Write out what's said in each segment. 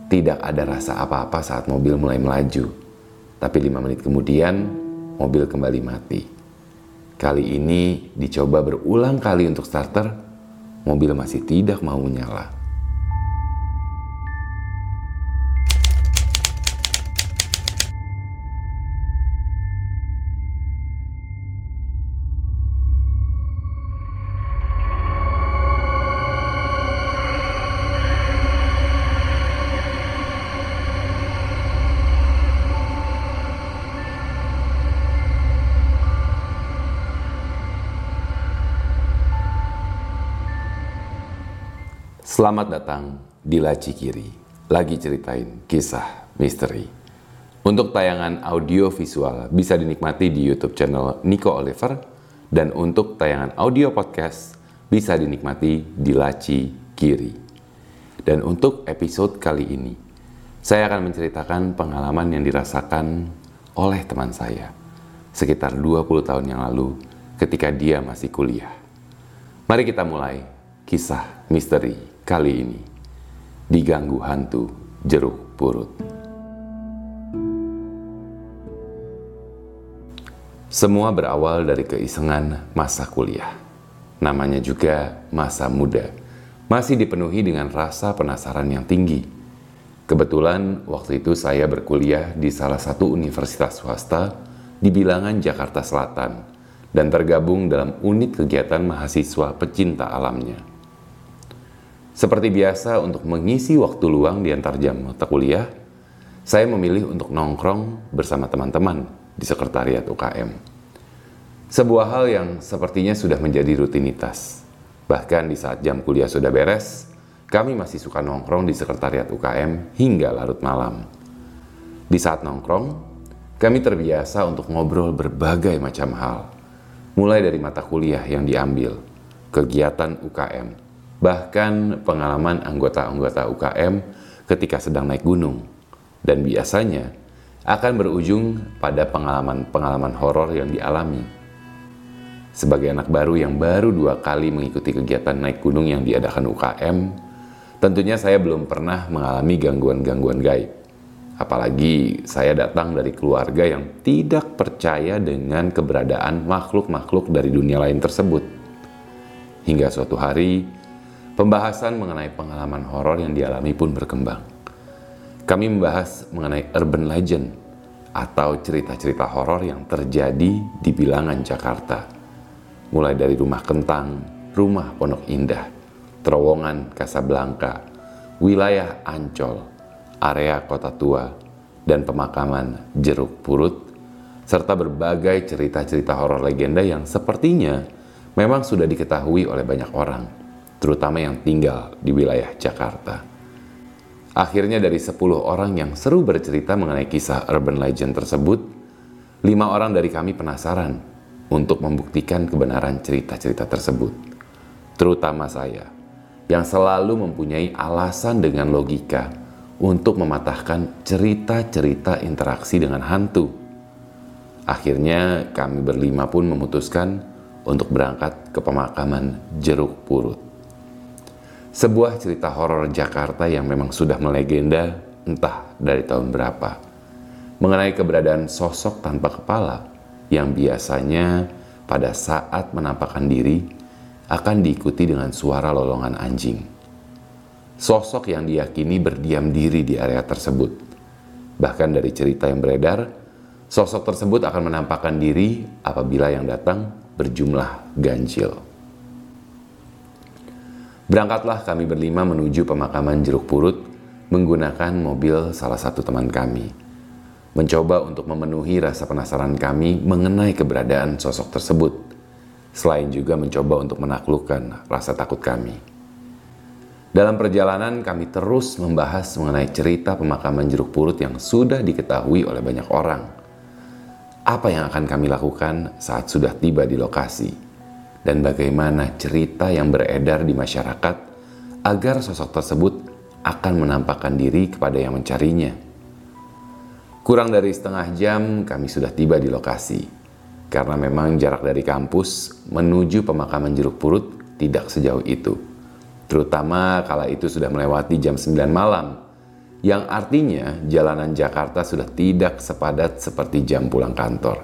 Tidak ada rasa apa-apa saat mobil mulai melaju. Tapi 5 menit kemudian, mobil kembali mati. Kali ini dicoba berulang kali untuk starter, mobil masih tidak mau menyala. Selamat datang di Laci Kiri, lagi ceritain kisah misteri. Untuk tayangan audio visual bisa dinikmati di YouTube channel Nico Oliver, dan untuk tayangan audio podcast bisa dinikmati di Laci Kiri. Dan untuk episode kali ini, saya akan menceritakan pengalaman yang dirasakan oleh teman saya sekitar 20 tahun yang lalu ketika dia masih kuliah. Mari kita mulai kisah misteri kali ini, diganggu hantu jeruk purut. Semua berawal dari keisengan masa kuliah. Namanya juga masa muda, masih dipenuhi dengan rasa penasaran yang tinggi. Kebetulan waktu itu saya berkuliah di salah satu universitas swasta di bilangan Jakarta Selatan dan tergabung dalam unit kegiatan mahasiswa pecinta alamnya. Seperti biasa, untuk mengisi waktu luang di antar jam mata kuliah, saya memilih untuk nongkrong bersama teman-teman di sekretariat UKM. Sebuah hal yang sepertinya sudah menjadi rutinitas. Bahkan di saat jam kuliah sudah beres, kami masih suka nongkrong di sekretariat UKM hingga larut malam. Di saat nongkrong, kami terbiasa untuk ngobrol berbagai macam hal. Mulai dari mata kuliah yang diambil, kegiatan UKM, bahkan pengalaman anggota-anggota UKM ketika sedang naik gunung. Dan biasanya akan berujung pada pengalaman-pengalaman horor yang dialami. Sebagai anak baru yang baru 2 kali mengikuti kegiatan naik gunung yang diadakan UKM, tentunya saya belum pernah mengalami gangguan-gangguan gaib. Apalagi saya datang dari keluarga yang tidak percaya dengan keberadaan makhluk-makhluk dari dunia lain tersebut. Hingga suatu hari, pembahasan mengenai pengalaman horor yang dialami pun berkembang. Kami membahas mengenai urban legend atau cerita-cerita horor yang terjadi di bilangan Jakarta. Mulai dari Rumah Kentang, Rumah Pondok Indah, Terowongan Kasablanka, wilayah Ancol, area Kota Tua, dan pemakaman Jeruk Purut, serta berbagai cerita-cerita horor legenda yang sepertinya memang sudah diketahui oleh banyak orang, terutama yang tinggal di wilayah Jakarta. Akhirnya dari 10 orang yang seru bercerita mengenai kisah urban legend tersebut, 5 orang dari kami penasaran untuk membuktikan kebenaran cerita-cerita tersebut. Terutama saya, yang selalu mempunyai alasan dengan logika untuk mematahkan cerita-cerita interaksi dengan hantu. Akhirnya kami berlima pun memutuskan untuk berangkat ke pemakaman Jeruk Purut. Sebuah cerita horor Jakarta yang memang sudah melegenda entah dari tahun berapa, mengenai keberadaan sosok tanpa kepala yang biasanya pada saat menampakkan diri akan diikuti dengan suara lolongan anjing. Sosok yang diyakini berdiam diri di area tersebut. Bahkan dari cerita yang beredar, sosok tersebut akan menampakkan diri apabila yang datang berjumlah ganjil. Berangkatlah kami berlima menuju pemakaman Jeruk Purut menggunakan mobil salah satu teman kami. Mencoba untuk memenuhi rasa penasaran kami mengenai keberadaan sosok tersebut, selain juga mencoba untuk menaklukkan rasa takut kami. Dalam perjalanan kami terus membahas mengenai cerita pemakaman Jeruk Purut yang sudah diketahui oleh banyak orang. Apa yang akan kami lakukan saat sudah tiba di lokasi? Dan bagaimana cerita yang beredar di masyarakat agar sosok tersebut akan menampakkan diri kepada yang mencarinya. Kurang dari setengah jam kami sudah tiba di lokasi, karena memang jarak dari kampus menuju pemakaman Jeruk Purut tidak sejauh itu, terutama kala itu sudah melewati jam 9 malam, yang artinya jalanan Jakarta sudah tidak sepadat seperti jam pulang kantor.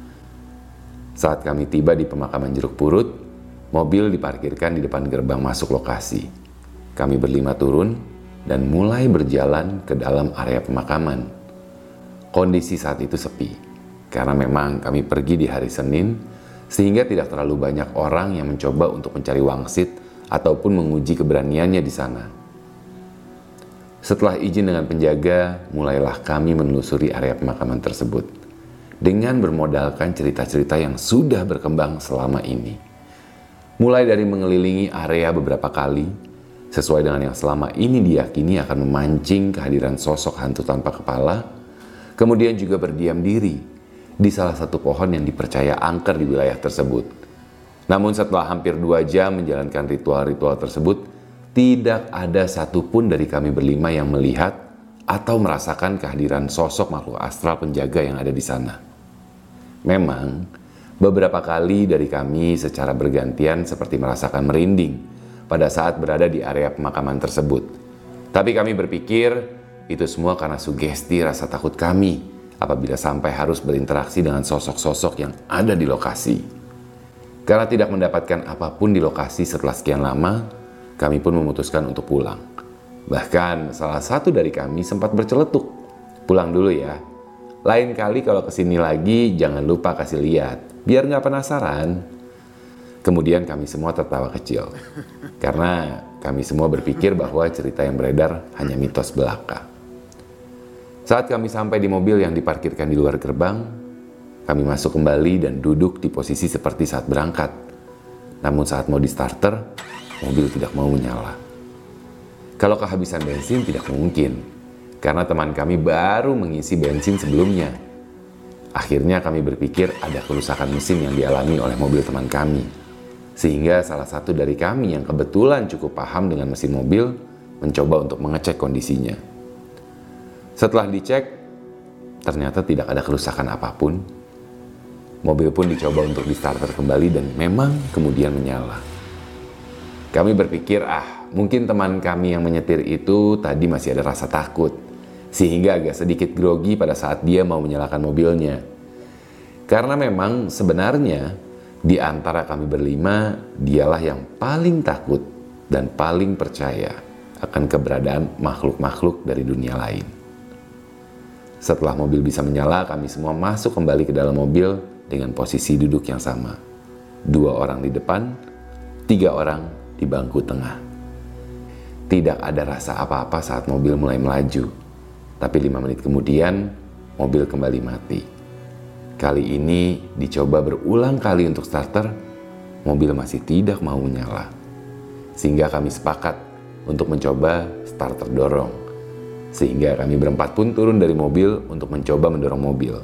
Saat kami tiba di pemakaman Jeruk Purut, mobil diparkirkan di depan gerbang masuk lokasi. Kami berlima turun dan mulai berjalan ke dalam area pemakaman. Kondisi saat itu sepi, karena memang kami pergi di hari Senin, sehingga tidak terlalu banyak orang yang mencoba untuk mencari wangsit ataupun menguji keberaniannya di sana. Setelah izin dengan penjaga, mulailah kami menelusuri area pemakaman tersebut dengan bermodalkan cerita-cerita yang sudah berkembang selama ini. Mulai dari mengelilingi area beberapa kali, sesuai dengan yang selama ini diyakini akan memancing kehadiran sosok hantu tanpa kepala, kemudian juga berdiam diri di salah satu pohon yang dipercaya angker di wilayah tersebut. Namun setelah hampir 2 jam menjalankan ritual-ritual tersebut, tidak ada satupun dari kami berlima yang melihat atau merasakan kehadiran sosok makhluk astral penjaga yang ada di sana. Memang, beberapa kali dari kami secara bergantian seperti merasakan merinding pada saat berada di area pemakaman tersebut. Tapi kami berpikir itu semua karena sugesti rasa takut kami apabila sampai harus berinteraksi dengan sosok-sosok yang ada di lokasi. Karena tidak mendapatkan apapun di lokasi setelah sekian lama, kami pun memutuskan untuk pulang. Bahkan salah satu dari kami sempat berceletuk, "Pulang dulu ya. Lain kali kalau kesini lagi jangan lupa kasih lihat, biar nggak penasaran." Kemudian kami semua tertawa kecil, karena kami semua berpikir bahwa cerita yang beredar hanya mitos belaka. Saat kami sampai di mobil yang diparkirkan di luar gerbang, kami masuk kembali dan duduk di posisi seperti saat berangkat. Namun saat mau di starter, mobil tidak mau menyala. Kalau kehabisan bensin tidak mungkin, karena teman kami baru mengisi bensin sebelumnya. Akhirnya kami berpikir ada kerusakan mesin yang dialami oleh mobil teman kami. Sehingga salah satu dari kami yang kebetulan cukup paham dengan mesin mobil mencoba untuk mengecek kondisinya. Setelah dicek, ternyata tidak ada kerusakan apapun. Mobil pun dicoba untuk di starter kembali dan memang kemudian menyala. Kami berpikir, mungkin teman kami yang menyetir itu tadi masih ada rasa takut, sehingga agak sedikit grogi pada saat dia mau menyalakan mobilnya. Karena memang sebenarnya di antara kami berlima, dialah yang paling takut dan paling percaya akan keberadaan makhluk-makhluk dari dunia lain. Setelah mobil bisa menyala, kami semua masuk kembali ke dalam mobil dengan posisi duduk yang sama. 2 orang di depan, 3 orang di bangku tengah. Tidak ada rasa apa-apa saat mobil mulai melaju. Tapi 5 menit kemudian, mobil kembali mati. Kali ini dicoba berulang kali untuk starter, mobil masih tidak mau menyala. Sehingga kami sepakat untuk mencoba starter dorong. Sehingga kami berempat pun turun dari mobil untuk mencoba mendorong mobil.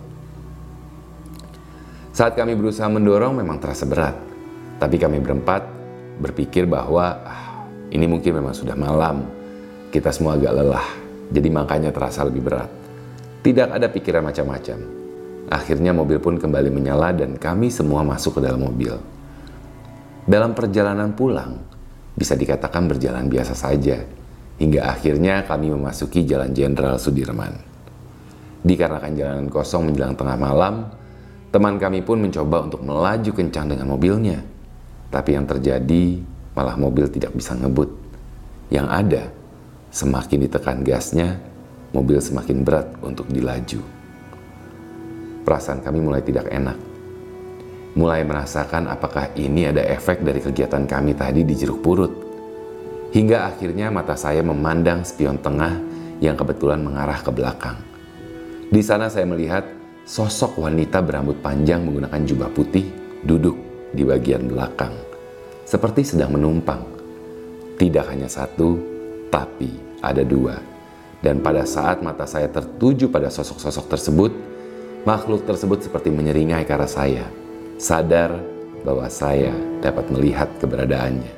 Saat kami berusaha mendorong memang terasa berat. Tapi kami berempat berpikir bahwa ini mungkin memang sudah malam, kita semua agak lelah, jadi makanya terasa lebih berat. Tidak ada pikiran macam-macam. Akhirnya mobil pun kembali menyala dan kami semua masuk ke dalam mobil. Dalam perjalanan pulang, bisa dikatakan berjalan biasa saja, hingga akhirnya kami memasuki Jalan Jenderal Sudirman. Dikarenakan jalanan kosong menjelang tengah malam, teman kami pun mencoba untuk melaju kencang dengan mobilnya. Tapi yang terjadi malah mobil tidak bisa ngebut. Yang ada, semakin ditekan gasnya, mobil semakin berat untuk dilaju. Perasaan kami mulai tidak enak. Mulai merasakan apakah ini ada efek dari kegiatan kami tadi di Jeruk Purut. Hingga akhirnya mata saya memandang spion tengah yang kebetulan mengarah ke belakang. Di sana saya melihat sosok wanita berambut panjang menggunakan jubah putih duduk di bagian belakang, seperti sedang menumpang. Tidak hanya satu, tapi ada 2. Dan pada saat mata saya tertuju pada sosok-sosok tersebut, makhluk tersebut seperti menyeringai ke arah saya, sadar bahwa saya dapat melihat keberadaannya.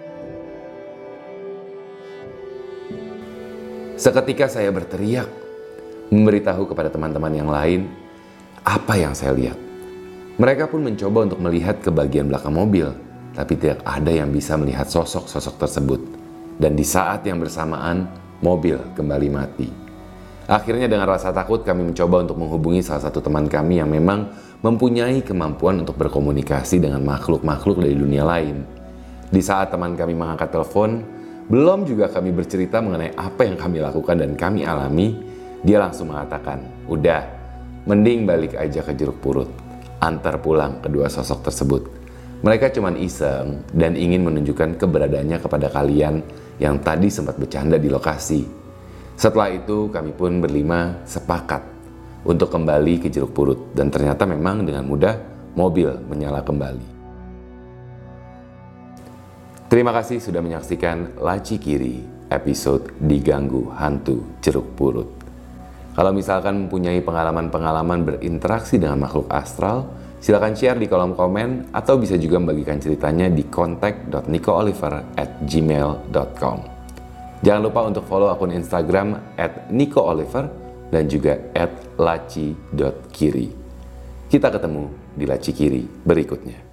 Seketika saya berteriak, memberitahu kepada teman-teman yang lain apa yang saya lihat. Mereka pun mencoba untuk melihat ke bagian belakang mobil, tapi tidak ada yang bisa melihat sosok-sosok tersebut. Dan di saat yang bersamaan, mobil kembali mati. Akhirnya dengan rasa takut kami mencoba untuk menghubungi salah satu teman kami yang memang mempunyai kemampuan untuk berkomunikasi dengan makhluk-makhluk dari dunia lain. Di saat teman kami mengangkat telepon, belum juga kami bercerita mengenai apa yang kami lakukan dan kami alami, dia langsung mengatakan, "Udah, mending balik aja ke Jeruk Purut. Antar pulang kedua sosok tersebut. Mereka cuman iseng dan ingin menunjukkan keberadaannya kepada kalian yang tadi sempat bercanda di lokasi." Setelah itu kami pun berlima sepakat untuk kembali ke Jeruk Purut dan ternyata memang dengan mudah mobil menyala kembali. Terima kasih sudah menyaksikan Laci Kiri episode Diganggu Hantu Jeruk Purut. Kalau misalkan mempunyai pengalaman-pengalaman berinteraksi dengan makhluk astral, silakan share di kolom komen atau bisa juga membagikan ceritanya di contact.nicooliver@gmail.com. Jangan lupa untuk follow akun Instagram @nicooliver dan juga @laci.kiri. Kita ketemu di Laci Kiri berikutnya.